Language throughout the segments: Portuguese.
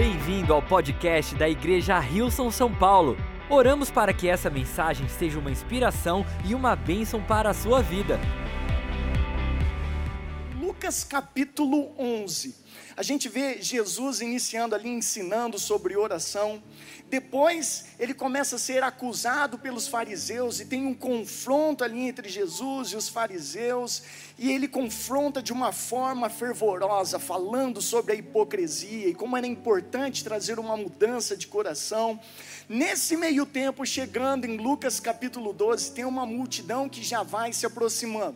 Bem-vindo ao podcast da Igreja Hillsong São Paulo. Oramos para que essa mensagem seja uma inspiração e uma bênção para a sua vida. Lucas capítulo 11. A gente vê Jesus iniciando ali, ensinando sobre oração. Depois ele começa a ser acusado pelos fariseus e tem um confronto ali entre Jesus e os fariseus. E ele confronta de uma forma fervorosa, falando sobre a hipocrisia e como era importante trazer uma mudança de coração. Nesse meio tempo, chegando em Lucas capítulo 12, tem uma multidão que já vai se aproximando.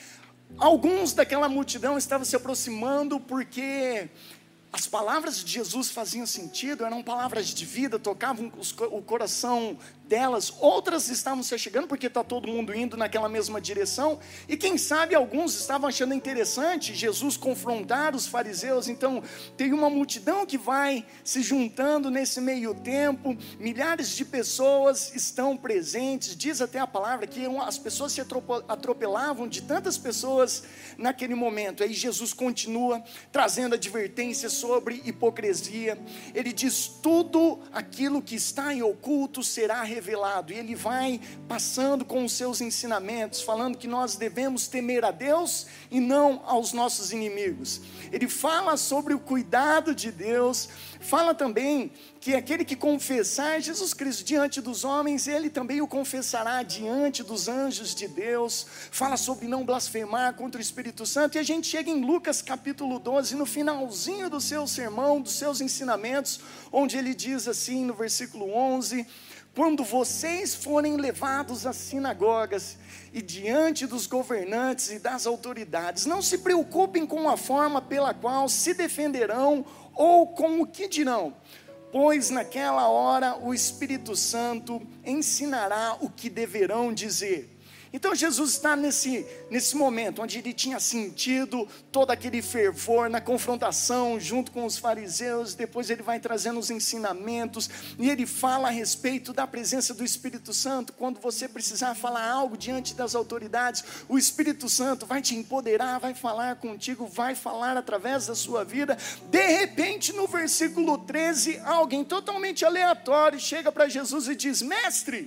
Alguns daquela multidão estavam se aproximando porque as palavras de Jesus faziam sentido, eram palavras de vida, tocavam o coração delas. Outras estavam se chegando porque está todo mundo indo naquela mesma direção. E quem sabe alguns estavam achando interessante Jesus confrontar os fariseus. Então tem uma multidão que vai se juntando nesse meio tempo. Milhares de pessoas estão presentes. Diz até a palavra que as pessoas se atropelavam de tantas pessoas naquele momento. Aí Jesus continua trazendo advertências sobre hipocrisia. Ele diz: tudo aquilo que está em oculto será revelado. E ele vai passando com os seus ensinamentos, falando que nós devemos temer a Deus e não aos nossos inimigos. Ele fala sobre o cuidado de Deus, fala também que aquele que confessar Jesus Cristo diante dos homens, ele também o confessará diante dos anjos de Deus. Fala sobre não blasfemar contra o Espírito Santo. E a gente chega em Lucas capítulo 12, no finalzinho do seu sermão, dos seus ensinamentos, onde ele diz assim no versículo 11: quando vocês forem levados às sinagogas e diante dos governantes e das autoridades, não se preocupem com a forma pela qual se defenderão ou com o que dirão, pois naquela hora o Espírito Santo ensinará o que deverão dizer. Então Jesus está nesse momento, onde ele tinha sentido todo aquele fervor na confrontação junto com os fariseus. Depois ele vai trazendo os ensinamentos, e ele fala a respeito da presença do Espírito Santo. Quando você precisar falar algo diante das autoridades, o Espírito Santo vai te empoderar, vai falar contigo, vai falar através da sua vida. De repente, no versículo 13, alguém totalmente aleatório chega para Jesus e diz: mestre,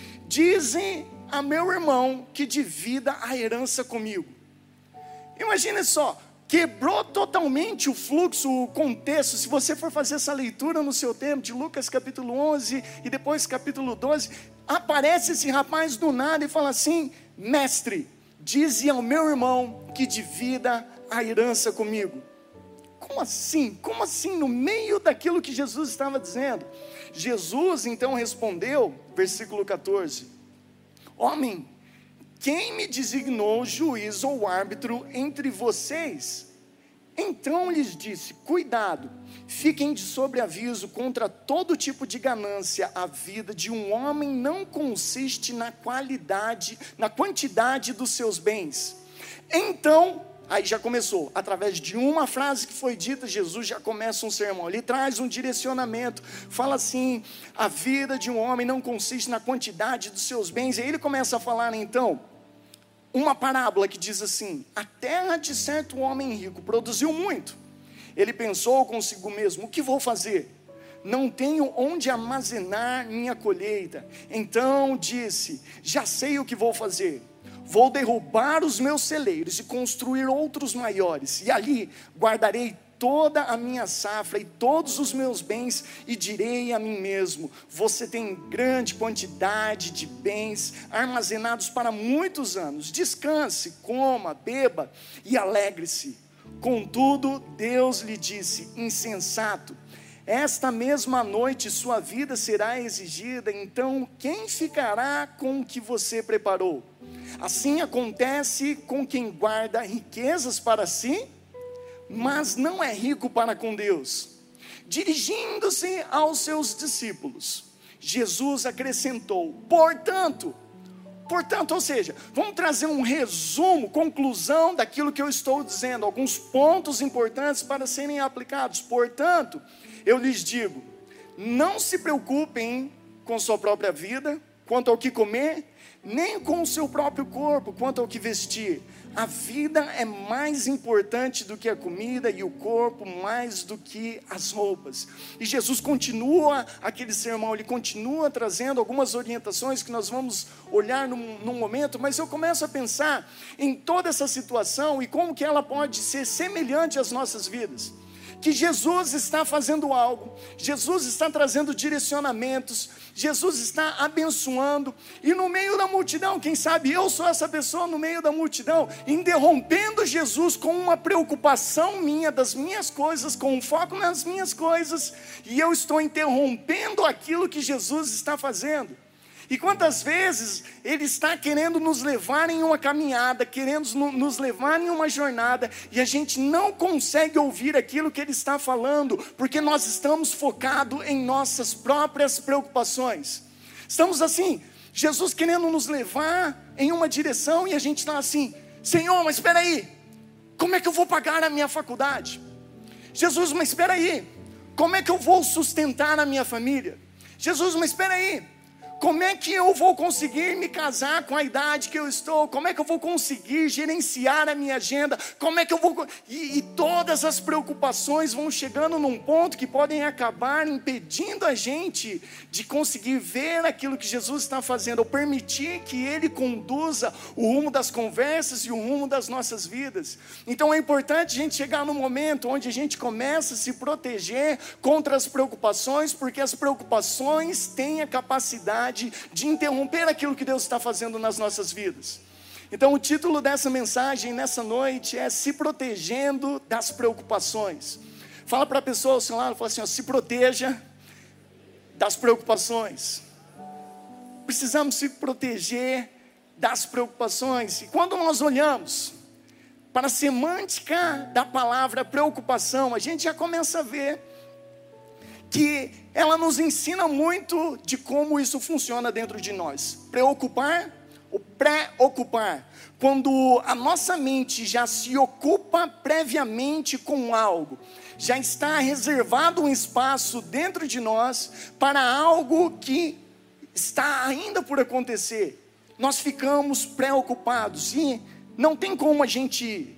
dizem a meu irmão que divida a herança comigo. Imagine só, quebrou totalmente o fluxo, o contexto. Se você for fazer essa leitura no seu tempo, de Lucas capítulo 11 e depois capítulo 12, aparece esse rapaz do nada e fala assim: mestre, dize ao meu irmão que divida a herança comigo. Como assim? Como assim? No meio daquilo que Jesus estava dizendo. Jesus então respondeu, versículo 14: homem, quem me designou juiz ou árbitro entre vocês? Então lhes disse: cuidado, fiquem de sobreaviso contra todo tipo de ganância. A vida de um homem não consiste na quantidade dos seus bens. Então, aí já começou, através de uma frase que foi dita, Jesus já começa um sermão. Ele traz um direcionamento, fala assim: a vida de um homem não consiste na quantidade dos seus bens. E aí ele começa a falar então uma parábola que diz assim: a terra de certo homem rico produziu muito. Ele pensou consigo mesmo: o que vou fazer? Não tenho onde armazenar minha colheita. Então disse: já sei o que vou fazer. Vou derrubar os meus celeiros e construir outros maiores, e ali guardarei toda a minha safra e todos os meus bens, e direi a mim mesmo: você tem grande quantidade de bens armazenados para muitos anos. Descanse, coma, beba e alegre-se. Contudo, Deus lhe disse: insensato, esta mesma noite sua vida será exigida, então quem ficará com o que você preparou? Assim acontece com quem guarda riquezas para si, mas não é rico para com Deus. Dirigindo-se aos seus discípulos, Jesus acrescentou: portanto, ou seja, vamos trazer um resumo, conclusão daquilo que eu estou dizendo, alguns pontos importantes para serem aplicados. Portanto, eu lhes digo: não se preocupem com sua própria vida, quanto ao que comer, nem com o seu próprio corpo quanto ao que vestir. A vida é mais importante do que a comida e o corpo mais do que as roupas. E Jesus continua aquele sermão, ele continua trazendo algumas orientações que nós vamos olhar num momento, mas eu começo a pensar em toda essa situação e como que ela pode ser semelhante às nossas vidas. Que Jesus está fazendo algo, Jesus está trazendo direcionamentos, Jesus está abençoando, e no meio da multidão, quem sabe eu sou essa pessoa no meio da multidão, interrompendo Jesus com uma preocupação minha, das minhas coisas, com um foco nas minhas coisas, e eu estou interrompendo aquilo que Jesus está fazendo. E quantas vezes Ele está querendo nos levar em uma caminhada, querendo nos levar em uma jornada, e a gente não consegue ouvir aquilo que Ele está falando, porque nós estamos focados em nossas próprias preocupações. Estamos assim, Jesus querendo nos levar em uma direção, e a gente está assim, Senhor, mas espera aí, como é que eu vou pagar a minha faculdade? Jesus, mas espera aí, como é que eu vou sustentar a minha família? Jesus, mas espera aí, como é que eu vou conseguir me casar com a idade que eu estou? Como é que eu vou conseguir gerenciar a minha agenda? Como é que eu vou... E todas as preocupações vão chegando num ponto que podem acabar impedindo a gente de conseguir ver aquilo que Jesus está fazendo, ou permitir que Ele conduza o rumo das conversas e o rumo das nossas vidas. Então é importante a gente chegar num momento onde a gente começa a se proteger contra as preocupações, porque as preocupações têm a capacidade de interromper aquilo que Deus está fazendo nas nossas vidas. Então o título dessa mensagem nessa noite é Se Protegendo das Preocupações. Fala para a pessoa ao seu lado, fala assim, ó, se proteja das preocupações. Precisamos se proteger das preocupações. E quando nós olhamos para a semântica da palavra preocupação, a gente já começa a ver que ela nos ensina muito de como isso funciona dentro de nós. Preocupar ou pré-ocupar. Quando a nossa mente já se ocupa previamente com algo, já está reservado um espaço dentro de nós para algo que está ainda por acontecer. Nós ficamos preocupados e não tem como a gente...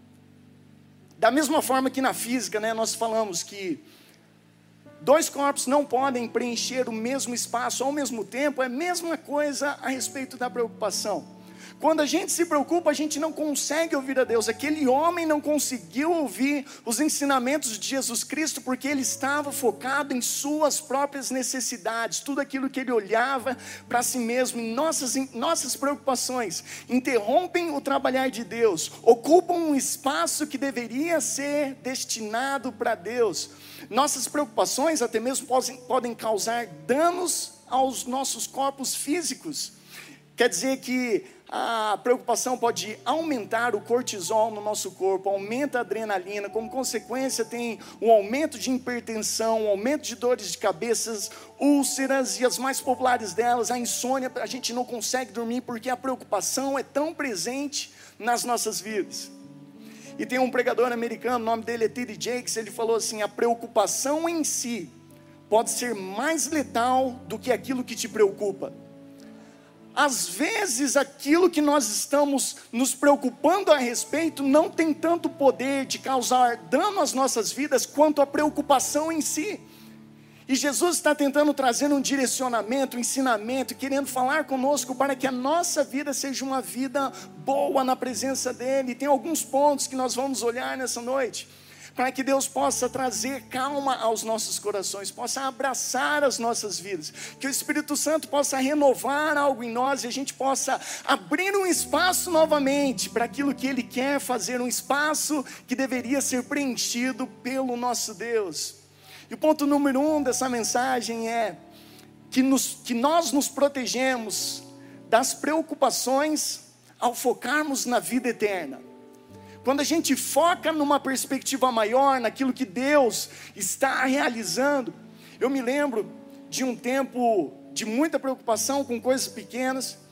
Da mesma forma que na física, né, nós falamos que dois corpos não podem preencher o mesmo espaço ao mesmo tempo, é a mesma coisa a respeito da preocupação. Quando a gente se preocupa, a gente não consegue ouvir a Deus. Aquele homem não conseguiu ouvir os ensinamentos de Jesus Cristo, porque ele estava focado em suas próprias necessidades, tudo aquilo que ele olhava para si mesmo. E nossas preocupações interrompem o trabalhar de Deus, ocupam um espaço que deveria ser destinado para Deus. Nossas preocupações até mesmo podem causar danos aos nossos corpos físicos. Quer dizer que a preocupação pode aumentar o cortisol no nosso corpo, aumenta a adrenalina, como consequência tem um aumento de hipertensão, um aumento de dores de cabeça, úlceras e as mais populares delas, a insônia. A gente não consegue dormir porque a preocupação é tão presente nas nossas vidas. E tem um pregador americano, o nome dele é T.D. Jakes, ele falou assim, a preocupação em si pode ser mais letal do que aquilo que te preocupa. Às vezes aquilo que nós estamos nos preocupando a respeito não tem tanto poder de causar dano às nossas vidas quanto a preocupação em si. E Jesus está tentando trazer um direcionamento, um ensinamento, querendo falar conosco para que a nossa vida seja uma vida boa na presença dEle. E tem alguns pontos que nós vamos olhar nessa noite, para que Deus possa trazer calma aos nossos corações, possa abraçar as nossas vidas, que o Espírito Santo possa renovar algo em nós e a gente possa abrir um espaço novamente para aquilo que Ele quer fazer, um espaço que deveria ser preenchido pelo nosso Deus. E o ponto número 1 dessa mensagem é que nós nos protegemos das preocupações ao focarmos na vida eterna. Quando a gente foca numa perspectiva maior, naquilo que Deus está realizando. Eu me lembro de um tempo de muita preocupação com coisas pequenas.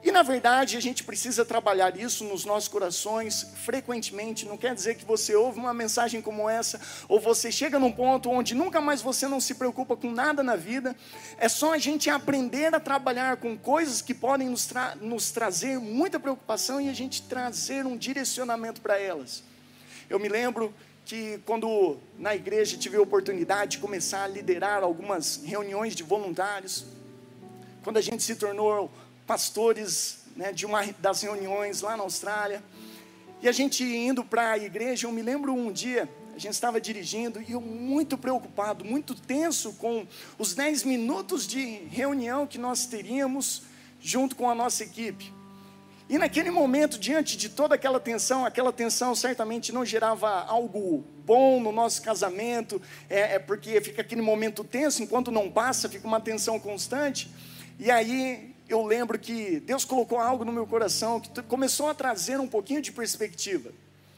E na verdade a gente precisa trabalhar isso nos nossos corações frequentemente. Não quer dizer que você ouve uma mensagem como essa, ou você chega num ponto onde nunca mais você não se preocupa com nada na vida. É só a gente aprender a trabalhar com coisas que podem nos trazer muita preocupação e a gente trazer um direcionamento para elas. Eu me lembro que quando na igreja tive a oportunidade de começar a liderar algumas reuniões de voluntários, quando a gente se tornou pastores, né, de uma das reuniões lá na Austrália, e a gente indo para a igreja, eu me lembro um dia, a gente estava dirigindo, e eu muito preocupado, muito tenso com os 10 minutos de reunião que nós teríamos, junto com a nossa equipe, e naquele momento, diante de toda aquela tensão certamente não gerava algo bom no nosso casamento, porque fica aquele momento tenso, enquanto não passa, fica uma tensão constante, e aí eu lembro que Deus colocou algo no meu coração que começou a trazer um pouquinho de perspectiva.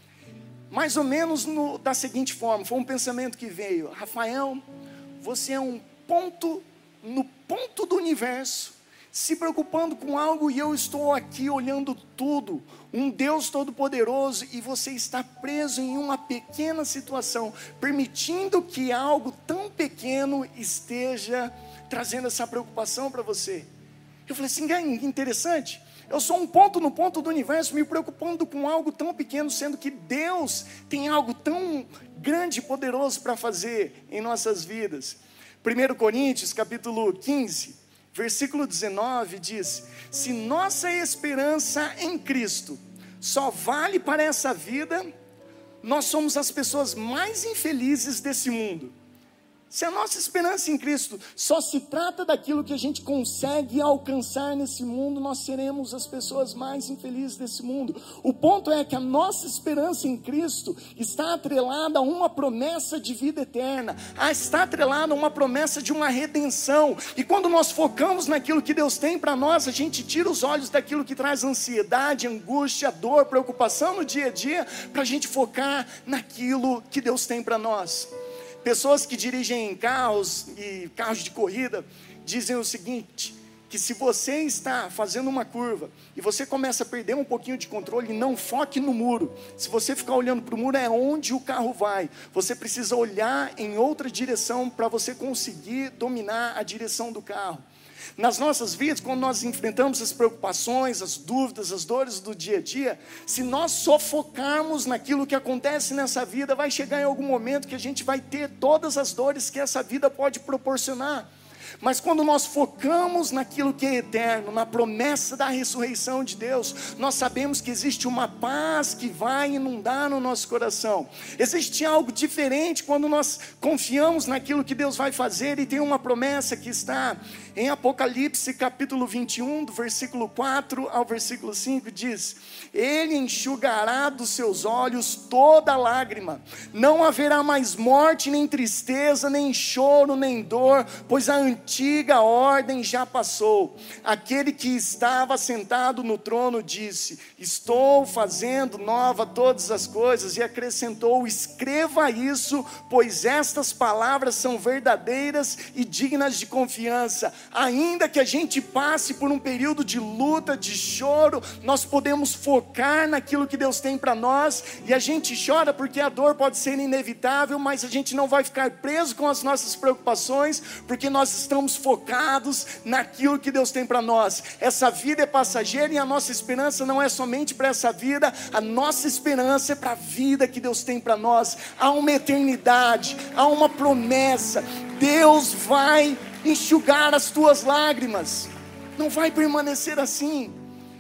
Mais ou menos da seguinte forma, foi um pensamento que veio: Rafael, você é um ponto no ponto do universo, se preocupando com algo, e eu estou aqui olhando tudo, um Deus todo-poderoso, e você está preso em uma pequena situação, permitindo que algo tão pequeno esteja trazendo essa preocupação para você. Eu falei assim, interessante, eu sou um ponto no ponto do universo, me preocupando com algo tão pequeno, sendo que Deus tem algo tão grande e poderoso para fazer em nossas vidas. 1 Coríntios capítulo 15, versículo 19 diz: se nossa esperança em Cristo só vale para essa vida, nós somos as pessoas mais infelizes desse mundo. Se a nossa esperança em Cristo só se trata daquilo que a gente consegue alcançar nesse mundo, nós seremos as pessoas mais infelizes desse mundo. O ponto é que a nossa esperança em Cristo está atrelada a uma promessa de vida eterna, está atrelada a uma promessa de uma redenção, e quando nós focamos naquilo que Deus tem para nós, a gente tira os olhos daquilo que traz ansiedade, angústia, dor, preocupação no dia a dia, para a gente focar naquilo que Deus tem para nós. Pessoas que dirigem carros e carros de corrida dizem o seguinte, que se você está fazendo uma curva e você começa a perder um pouquinho de controle, não foque no muro. Se você ficar olhando para o muro, é onde o carro vai. Você precisa olhar em outra direção para você conseguir dominar a direção do carro. Nas nossas vidas, quando nós enfrentamos as preocupações, as dúvidas, as dores do dia a dia, se nós só focarmos naquilo que acontece nessa vida, vai chegar em algum momento que a gente vai ter todas as dores que essa vida pode proporcionar. Mas quando nós focamos naquilo que é eterno, na promessa da ressurreição de Deus, nós sabemos que existe uma paz que vai inundar no nosso coração. Existe algo diferente quando nós confiamos naquilo que Deus vai fazer, e tem uma promessa que está em Apocalipse capítulo 21, do versículo 4 ao versículo 5, diz: Ele enxugará dos seus olhos toda lágrima, não haverá mais morte, nem tristeza, nem choro, nem dor, pois a antiga ordem já passou. Aquele que estava sentado no trono disse: estou fazendo nova todas as coisas, e acrescentou: escreva isso, pois estas palavras são verdadeiras e dignas de confiança. Ainda que a gente passe por um período de luta, de choro, nós podemos focar naquilo que Deus tem para nós, e a gente chora porque a dor pode ser inevitável, mas a gente não vai ficar preso com as nossas preocupações, porque nós estamos focados naquilo que Deus tem para nós. Essa vida é passageira, e a nossa esperança não é somente para essa vida, a nossa esperança é para a vida que Deus tem para nós. Há uma eternidade, há uma promessa. Deus vai enxugar as tuas lágrimas, não vai permanecer assim,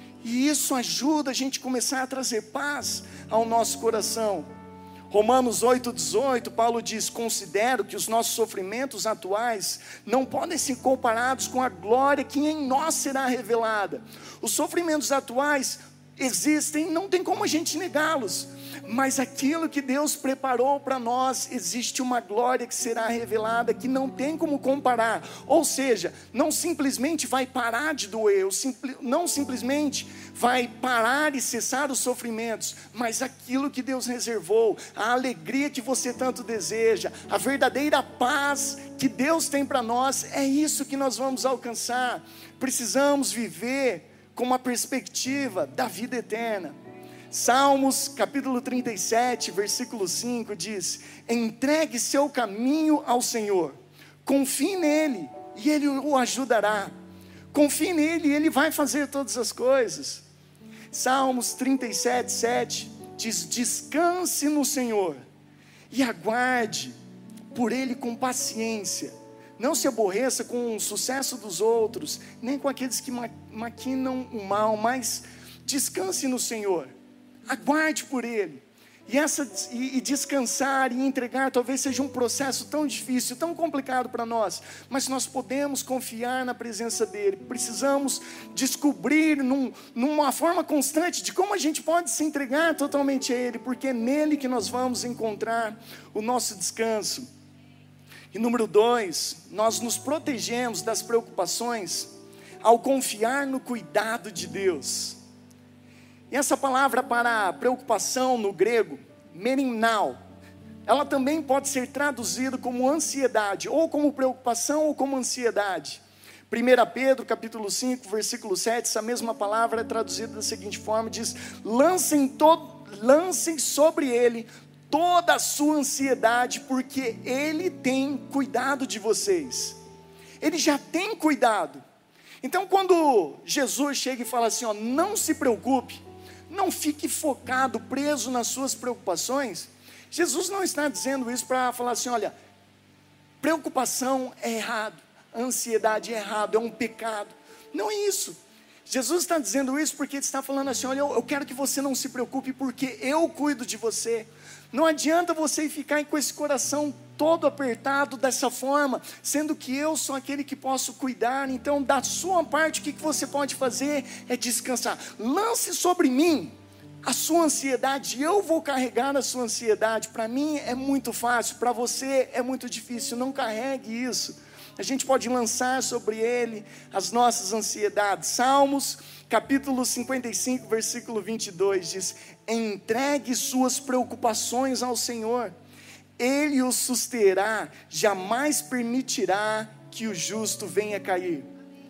e isso ajuda a gente a começar a trazer paz ao nosso coração. Romanos 8,18, Paulo diz: considero que os nossos sofrimentos atuais não podem ser comparados com a glória que em nós será revelada. Os sofrimentos atuais existem, não tem como a gente negá-los, mas aquilo que Deus preparou para nós, existe uma glória que será revelada, que não tem como comparar. Ou seja, não simplesmente vai parar de doer, não simplesmente vai parar e cessar os sofrimentos, mas aquilo que Deus reservou, a alegria que você tanto deseja, a verdadeira paz que Deus tem para nós, é isso que nós vamos alcançar. Precisamos viver com uma perspectiva da vida eterna. Salmos capítulo 37, versículo 5 diz: entregue seu caminho ao Senhor, confie nele e ele o ajudará. Confie nele e ele vai fazer todas as coisas. Salmos 37, 7 diz: descanse no Senhor e aguarde por ele com paciência. Não se aborreça com o sucesso dos outros, nem com aqueles que maquinam o mal, mas descanse no Senhor. Aguarde por ele. E descansar e entregar talvez seja um processo tão difícil, tão complicado para nós, mas nós podemos confiar na presença dele. Precisamos descobrir numa forma constante de como a gente pode se entregar totalmente a ele, porque é nele que nós vamos encontrar o nosso descanso. E número 2, nós nos protegemos das preocupações ao confiar no cuidado de Deus. E essa palavra para preocupação no grego, merinau, ela também pode ser traduzida como ansiedade, ou como preocupação ou como ansiedade. 1 Pedro capítulo 5, versículo 7, essa mesma palavra é traduzida da seguinte forma, diz: lancem sobre ele toda a sua ansiedade, porque ele tem cuidado de vocês. Ele já tem cuidado. Então quando Jesus chega e fala assim, não se preocupe, não fique focado, preso nas suas preocupações, Jesus não está dizendo isso para falar assim, olha, preocupação é errado, ansiedade é errado, é um pecado. Não é isso. Jesus está dizendo isso porque ele está falando assim, olha, eu quero que você não se preocupe porque eu cuido de você. Não adianta você ficar com esse coração todo apertado dessa forma, sendo que eu sou aquele que posso cuidar. Então da sua parte, o que você pode fazer é descansar. Lance sobre mim a sua ansiedade, eu vou carregar a sua ansiedade. Para mim é muito fácil, para você é muito difícil. Não carregue isso. A gente pode lançar sobre ele as nossas ansiedades. Salmos capítulo 55, versículo 22 diz: entregue suas preocupações ao Senhor, ele os susterá, jamais permitirá que o justo venha cair.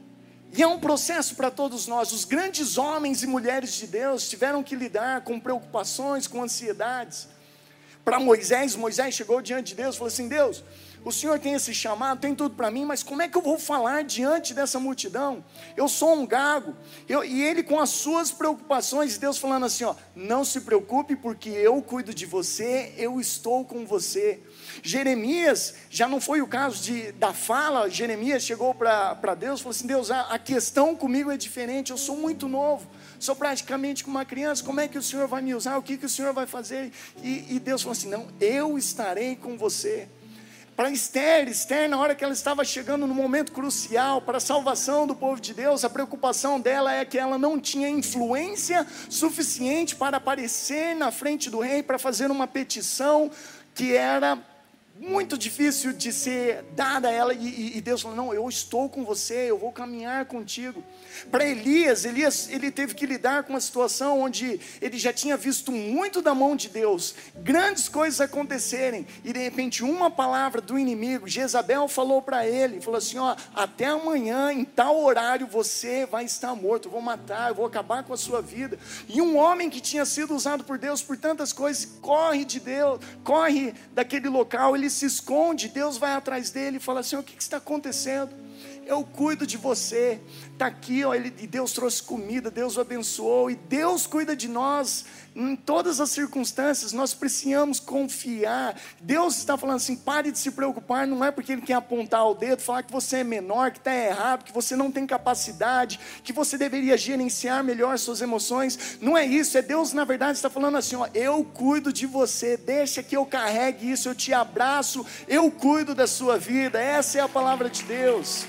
E é um processo para todos nós. Os grandes homens e mulheres de Deus tiveram que lidar com preocupações, com ansiedades. Para Moisés chegou diante de Deus e falou assim, Deus, o Senhor tem esse chamado, tem tudo para mim, mas como é que eu vou falar diante dessa multidão? Eu sou um gago. E ele com as suas preocupações, Deus falando assim, não se preocupe porque eu cuido de você, eu estou com você. Jeremias, já não foi o caso da fala, Jeremias chegou para Deus e falou assim, Deus, a questão comigo é diferente, eu sou muito novo, sou praticamente como uma criança, como é que o Senhor vai me usar, o que o Senhor vai fazer? E Deus falou assim, não, eu estarei com você. Para Esther, na hora que ela estava chegando no momento crucial para a salvação do povo de Deus, a preocupação dela é que ela não tinha influência suficiente para aparecer na frente do rei, para fazer uma petição que era muito difícil de ser dada a ela, e Deus falou, não, eu estou com você, eu vou caminhar contigo. Para Elias, ele teve que lidar com uma situação onde ele já tinha visto muito da mão de Deus, grandes coisas acontecerem, e de repente uma palavra do inimigo, Jezabel falou para ele, falou assim, até amanhã, em tal horário, você vai estar morto, eu vou matar, eu vou acabar com a sua vida. E um homem que tinha sido usado por Deus por tantas coisas, corre de Deus, corre daquele local, ele se esconde, Deus vai atrás dele e fala assim, o que está acontecendo? Eu cuido de você, está aqui, e Deus trouxe comida, Deus o abençoou, e Deus cuida de nós, em todas as circunstâncias, nós precisamos confiar. Deus está falando assim, pare de se preocupar, não é porque Ele quer apontar o dedo, falar que você é menor, que está errado, que você não tem capacidade, que você deveria gerenciar melhor suas emoções, não é isso, é Deus na verdade está falando assim, eu cuido de você, deixa que eu carregue isso, eu te abraço, eu cuido da sua vida. Essa é a palavra de Deus.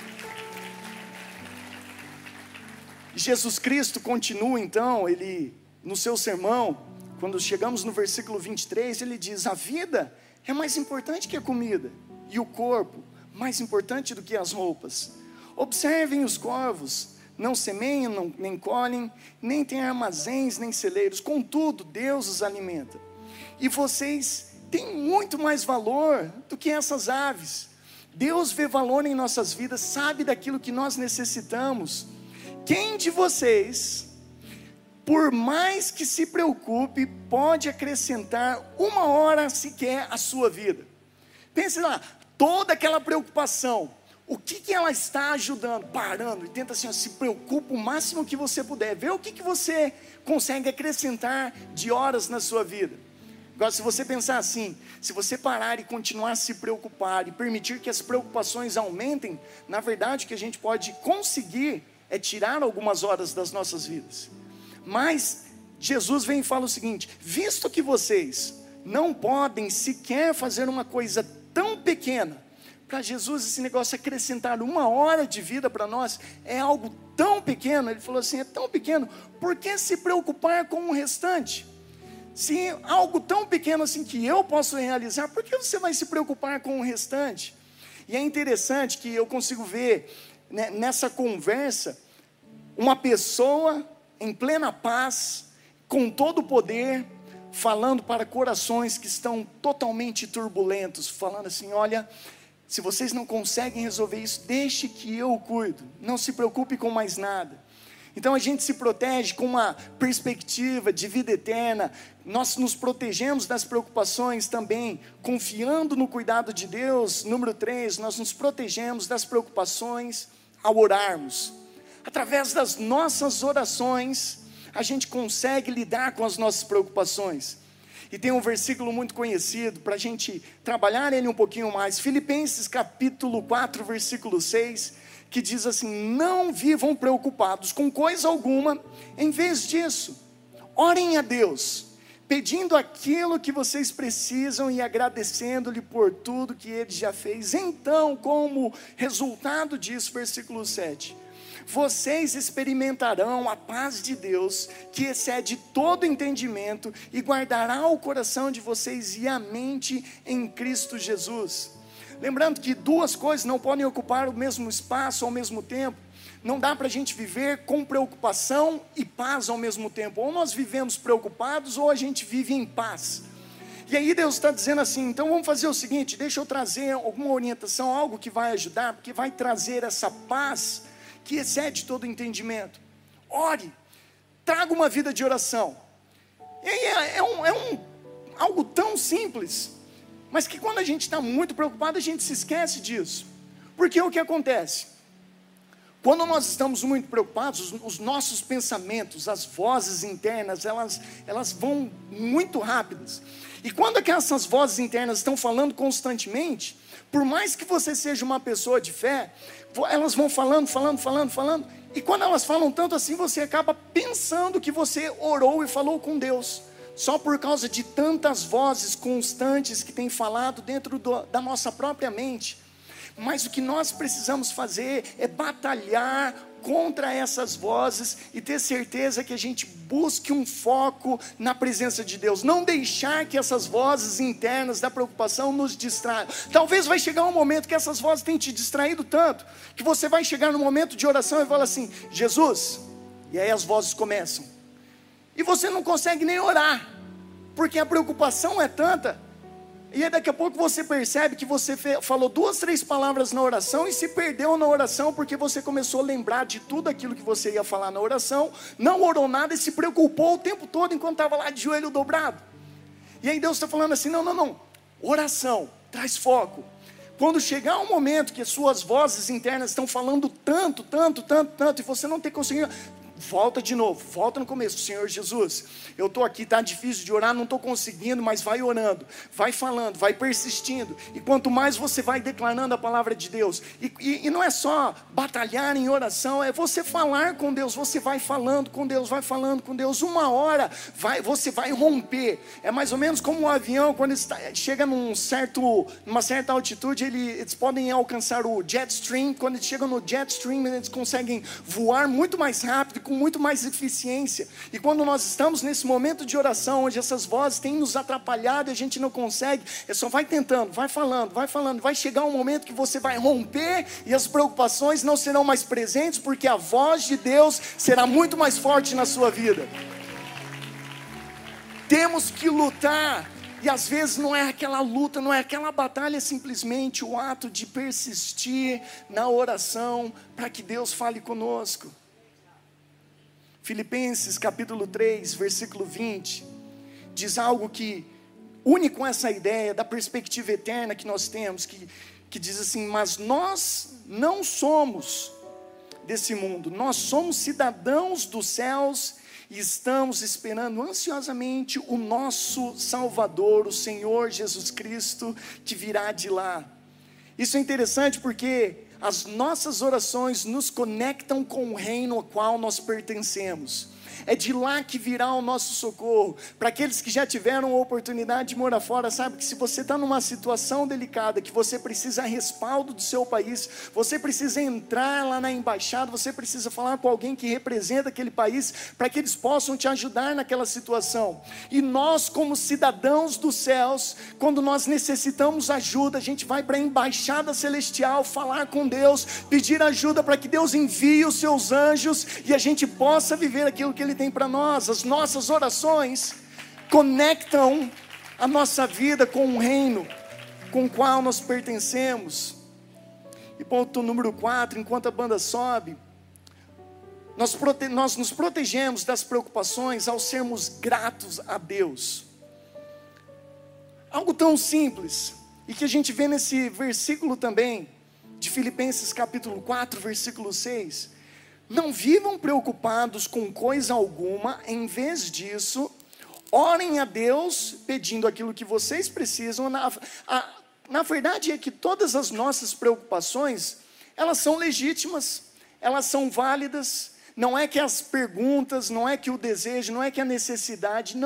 Jesus Cristo continua então, ele no seu sermão, quando chegamos no versículo 23, ele diz, a vida é mais importante que a comida, e o corpo mais importante do que as roupas. Observem os corvos, não semeiam, nem colhem, nem têm armazéns, nem celeiros, contudo Deus os alimenta. E vocês têm muito mais valor do que essas aves. Deus vê valor em nossas vidas, sabe daquilo que nós necessitamos. quem de vocês, por mais que se preocupe, pode acrescentar 1 hora sequer à sua vida? Pense lá, toda aquela preocupação, o que ela está ajudando? Parando e tenta assim, se preocupa o máximo que você puder, vê o que você consegue acrescentar de horas na sua vida. Agora, se você pensar assim, se você parar e continuar a se preocupar e permitir que as preocupações aumentem, na verdade o que a gente pode conseguir é tirar algumas horas das nossas vidas. Mas Jesus vem e fala o seguinte: visto que vocês não podem sequer fazer uma coisa tão pequena, para Jesus esse negócio acrescentar 1 hora de vida para nós é algo tão pequeno. Ele falou assim, é tão pequeno, por que se preocupar com o restante? Se algo tão pequeno assim que eu posso realizar, por que você vai se preocupar com o restante? E é interessante que eu consigo ver, né, nessa conversa, uma pessoa em plena paz, com todo o poder, falando para corações que estão totalmente turbulentos, falando assim, olha, se vocês não conseguem resolver isso, deixe que eu cuido, não se preocupe com mais nada. Então a gente se protege com uma perspectiva de vida eterna, nós nos protegemos das preocupações também, confiando no cuidado de Deus. Número 3, nós nos protegemos das preocupações ao orarmos. Através das nossas orações, a gente consegue lidar com as nossas preocupações. E tem um versículo muito conhecido, para a gente trabalhar ele um pouquinho mais, Filipenses capítulo 4, versículo 6, que diz assim, não vivam preocupados com coisa alguma, em vez disso, orem a Deus, pedindo aquilo que vocês precisam e agradecendo-lhe por tudo que Ele já fez. Então, como resultado disso, versículo 7, vocês experimentarão a paz de Deus, que excede todo entendimento, e guardará o coração de vocês e a mente em Cristo Jesus. Lembrando que 2 coisas não podem ocupar o mesmo espaço ao mesmo tempo. Não dá para a gente viver com preocupação e paz ao mesmo tempo. Ou nós vivemos preocupados, ou a gente vive em paz. E aí Deus está dizendo assim, então vamos fazer o seguinte, deixa eu trazer alguma orientação, algo que vai ajudar, porque vai trazer essa paz que excede todo entendimento. Ore, traga uma vida de oração. E aí algo tão simples, mas que quando a gente está muito preocupado, a gente se esquece disso. Porque o que acontece? Quando nós estamos muito preocupados, os nossos pensamentos, as vozes internas, elas vão muito rápidas. E quando essas vozes internas estão falando constantemente, por mais que você seja uma pessoa de fé, elas vão falando, e quando elas falam tanto assim, você acaba pensando que você orou e falou com Deus, só por causa de tantas vozes constantes que tem falado dentro da nossa própria mente. Mas o que nós precisamos fazer é batalhar contra essas vozes e ter certeza que a gente busque um foco na presença de Deus. Não deixar que essas vozes internas da preocupação nos distraiam. Talvez vai chegar um momento que essas vozes tenham te distraído tanto, que você vai chegar no momento de oração e fala assim, Jesus, e aí as vozes começam. E você não consegue nem orar, porque a preocupação é tanta. E aí daqui a pouco você percebe que você falou 2, 3 palavras na oração e se perdeu na oração, porque você começou a lembrar de tudo aquilo que você ia falar na oração, não orou nada e se preocupou o tempo todo enquanto estava lá de joelho dobrado. E aí Deus está falando assim, não, oração, traz foco. Quando chegar um momento que as suas vozes internas estão falando tanto, e você não tem conseguido, volta de novo, volta no começo. Senhor Jesus, eu estou aqui, está difícil de orar, não estou conseguindo, mas vai orando, vai falando, vai persistindo, e quanto mais você vai declarando a palavra de Deus, e não é só batalhar em oração, é você falar com Deus, você vai falando com Deus, 1 hora, você vai romper. É mais ou menos como um avião, quando chega numa certa altitude, eles podem alcançar o jet stream. Quando eles chegam no jet stream, eles conseguem voar muito mais rápido, com muito mais eficiência. E quando nós estamos nesse momento de oração, onde essas vozes têm nos atrapalhado e a gente não consegue, só vai tentando, vai falando, vai chegar um momento que você vai romper e as preocupações não serão mais presentes, porque a voz de Deus será muito mais forte na sua vida. Temos que lutar, e às vezes não é aquela luta, não é aquela batalha, é simplesmente o ato de persistir na oração, para que Deus fale conosco. Filipenses capítulo 3, versículo 20, diz algo que une com essa ideia da perspectiva eterna que nós temos, que diz assim: mas nós não somos desse mundo, nós somos cidadãos dos céus e estamos esperando ansiosamente o nosso Salvador, o Senhor Jesus Cristo, que virá de lá. Isso é interessante porque as nossas orações nos conectam com o reino ao qual nós pertencemos. É de lá que virá o nosso socorro. Para aqueles que já tiveram a oportunidade de morar fora, sabe que se você está numa situação delicada, que você precisa respaldo do seu país, você precisa entrar lá na embaixada, você precisa falar com alguém que representa aquele país, para que eles possam te ajudar naquela situação. E nós, como cidadãos dos céus, quando nós necessitamos ajuda, a gente vai para a embaixada celestial, falar com Deus, pedir ajuda para que Deus envie os seus anjos, e a gente possa viver aquilo que Ele tem para nós. As nossas orações conectam a nossa vida com o reino com o qual nós pertencemos. E ponto número 4, enquanto a banda sobe, nós nos protegemos das preocupações ao sermos gratos a Deus. Algo tão simples, e que a gente vê nesse versículo também, de Filipenses capítulo 4, versículo 6, não vivam preocupados com coisa alguma, em vez disso, orem a Deus, pedindo aquilo que vocês precisam. Na verdade é que todas as nossas preocupações, elas são legítimas, elas são válidas. Não é que as perguntas, não é que o desejo, não é que a necessidade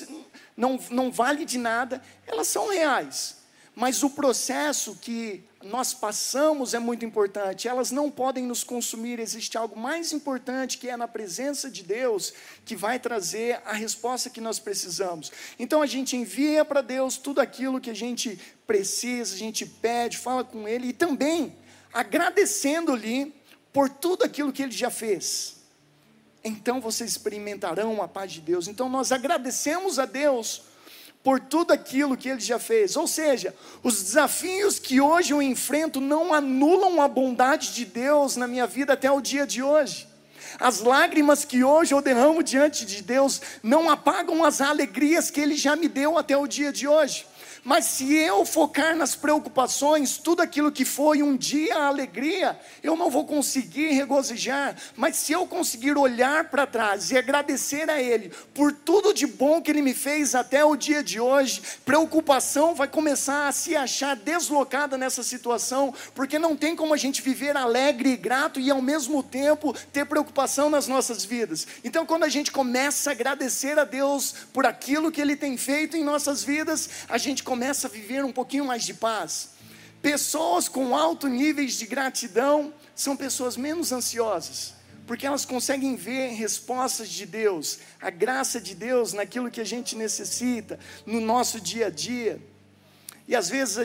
não vale de nada, elas são reais. Mas o processo que nós passamos é muito importante, elas não podem nos consumir. Existe algo mais importante, que é na presença de Deus, que vai trazer a resposta que nós precisamos. Então a gente envia para Deus tudo aquilo que a gente precisa, a gente pede, fala com Ele, e também agradecendo-lhe por tudo aquilo que Ele já fez. Então vocês experimentarão a paz de Deus. Então nós agradecemos a Deus por tudo aquilo que Ele já fez. Ou seja, os desafios que hoje eu enfrento não anulam a bondade de Deus na minha vida até o dia de hoje. As lágrimas que hoje eu derramo diante de Deus não apagam as alegrias que Ele já me deu até o dia de hoje. Mas se eu focar nas preocupações, tudo aquilo que foi um dia a alegria, eu não vou conseguir regozijar. Mas se eu conseguir olhar para trás e agradecer a Ele por tudo de bom que Ele me fez até o dia de hoje, preocupação vai começar a se achar deslocada nessa situação, porque não tem como a gente viver alegre e grato e ao mesmo tempo ter preocupação nas nossas vidas. Então quando a gente começa a agradecer a Deus por aquilo que Ele tem feito em nossas vidas, a gente começa a viver um pouquinho mais de paz. Pessoas com alto níveis de gratidão são pessoas menos ansiosas, porque elas conseguem ver respostas de Deus, a graça de Deus naquilo que a gente necessita, no nosso dia a dia. E às vezes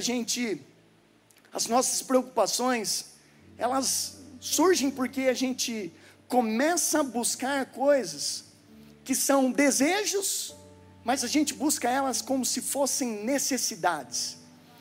as nossas preocupações, elas surgem porque a gente começa a buscar coisas que são desejos, mas a gente busca elas como se fossem necessidades.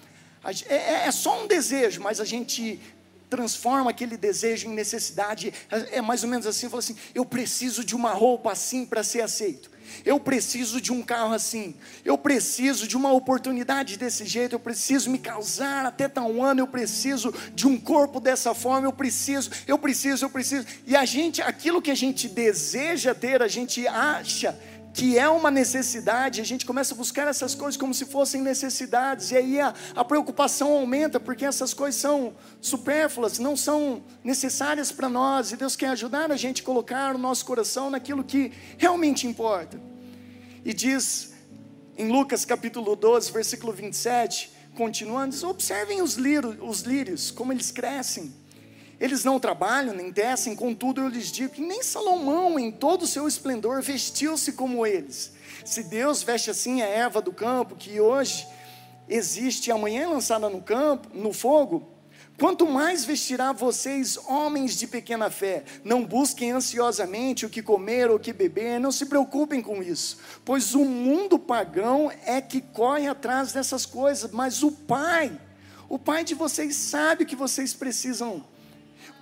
É só um desejo, mas a gente transforma aquele desejo em necessidade. É mais ou menos assim, fala assim: eu preciso de uma roupa assim para ser aceito, eu preciso de um carro assim, eu preciso de uma oportunidade desse jeito, eu preciso me casar até tal ano, eu preciso de um corpo dessa forma, eu preciso, e aquilo que a gente deseja ter, a gente acha que é uma necessidade, a gente começa a buscar essas coisas como se fossem necessidades, e aí a preocupação aumenta, porque essas coisas são supérfluas, não são necessárias para nós, e Deus quer ajudar a gente a colocar o nosso coração naquilo que realmente importa. E diz em Lucas capítulo 12, versículo 27, continuando, diz: observem os lírios, como eles crescem. Eles não trabalham, nem tecem, contudo eu lhes digo que nem Salomão em todo o seu esplendor vestiu-se como eles. Se Deus veste assim a erva do campo, que hoje existe e amanhã é lançada no fogo, quanto mais vestirá vocês, homens de pequena fé. Não busquem ansiosamente o que comer ou o que beber, não se preocupem com isso, pois o mundo pagão é que corre atrás dessas coisas, mas o Pai de vocês sabe o que vocês precisam.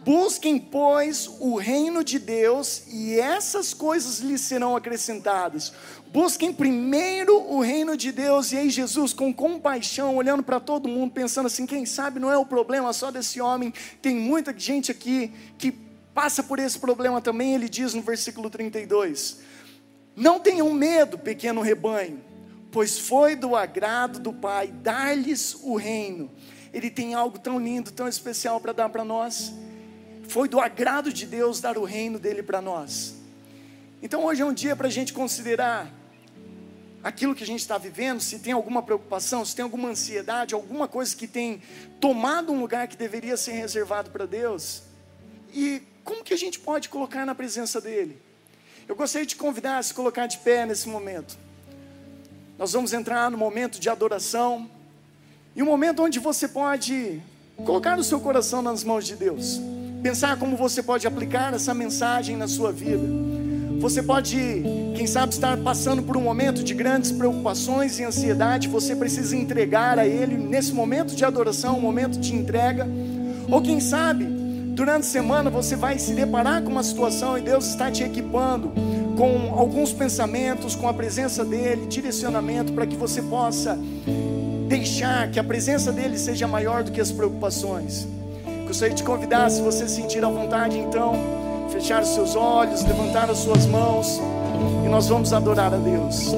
Busquem, pois, o reino de Deus e essas coisas lhes serão acrescentadas. Busquem primeiro o reino de Deus. E aí Jesus, com compaixão, olhando para todo mundo, pensando assim, quem sabe não é o problema só desse homem, tem muita gente aqui que passa por esse problema também. Ele diz no versículo 32, não tenham medo, pequeno rebanho, pois foi do agrado do Pai dar-lhes o reino. Ele tem algo tão lindo, tão especial para dar para nós. Foi do agrado de Deus dar o reino dele para nós. Então hoje é um dia para a gente considerar aquilo que a gente está vivendo, se tem alguma preocupação, se tem alguma ansiedade, alguma coisa que tem tomado um lugar que deveria ser reservado para Deus. E como que a gente pode colocar na presença dele? Eu gostaria de te convidar a se colocar de pé nesse momento. Nós vamos entrar no momento de adoração. E um momento onde você pode colocar o seu coração nas mãos de Deus. Pensar como você pode aplicar essa mensagem na sua vida. Você pode, quem sabe, estar passando por um momento de grandes preocupações e ansiedade. Você precisa entregar a Ele nesse momento de adoração, um momento de entrega. Ou quem sabe, durante a semana você vai se deparar com uma situação e Deus está te equipando com alguns pensamentos, com a presença dEle, direcionamento para que você possa deixar que a presença dEle seja maior do que as preocupações. Gostaria de te convidar, se você sentir à vontade, então, fechar os seus olhos, levantar as suas mãos, e nós vamos adorar a Deus.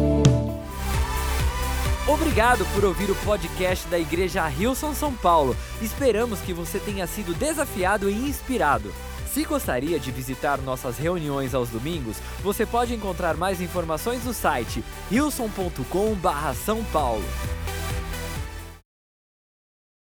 Obrigado por ouvir o podcast da Igreja Hillsong São Paulo. Esperamos que você tenha sido desafiado e inspirado. Se gostaria de visitar nossas reuniões aos domingos, você pode encontrar mais informações no site hillsong.com/São Paulo.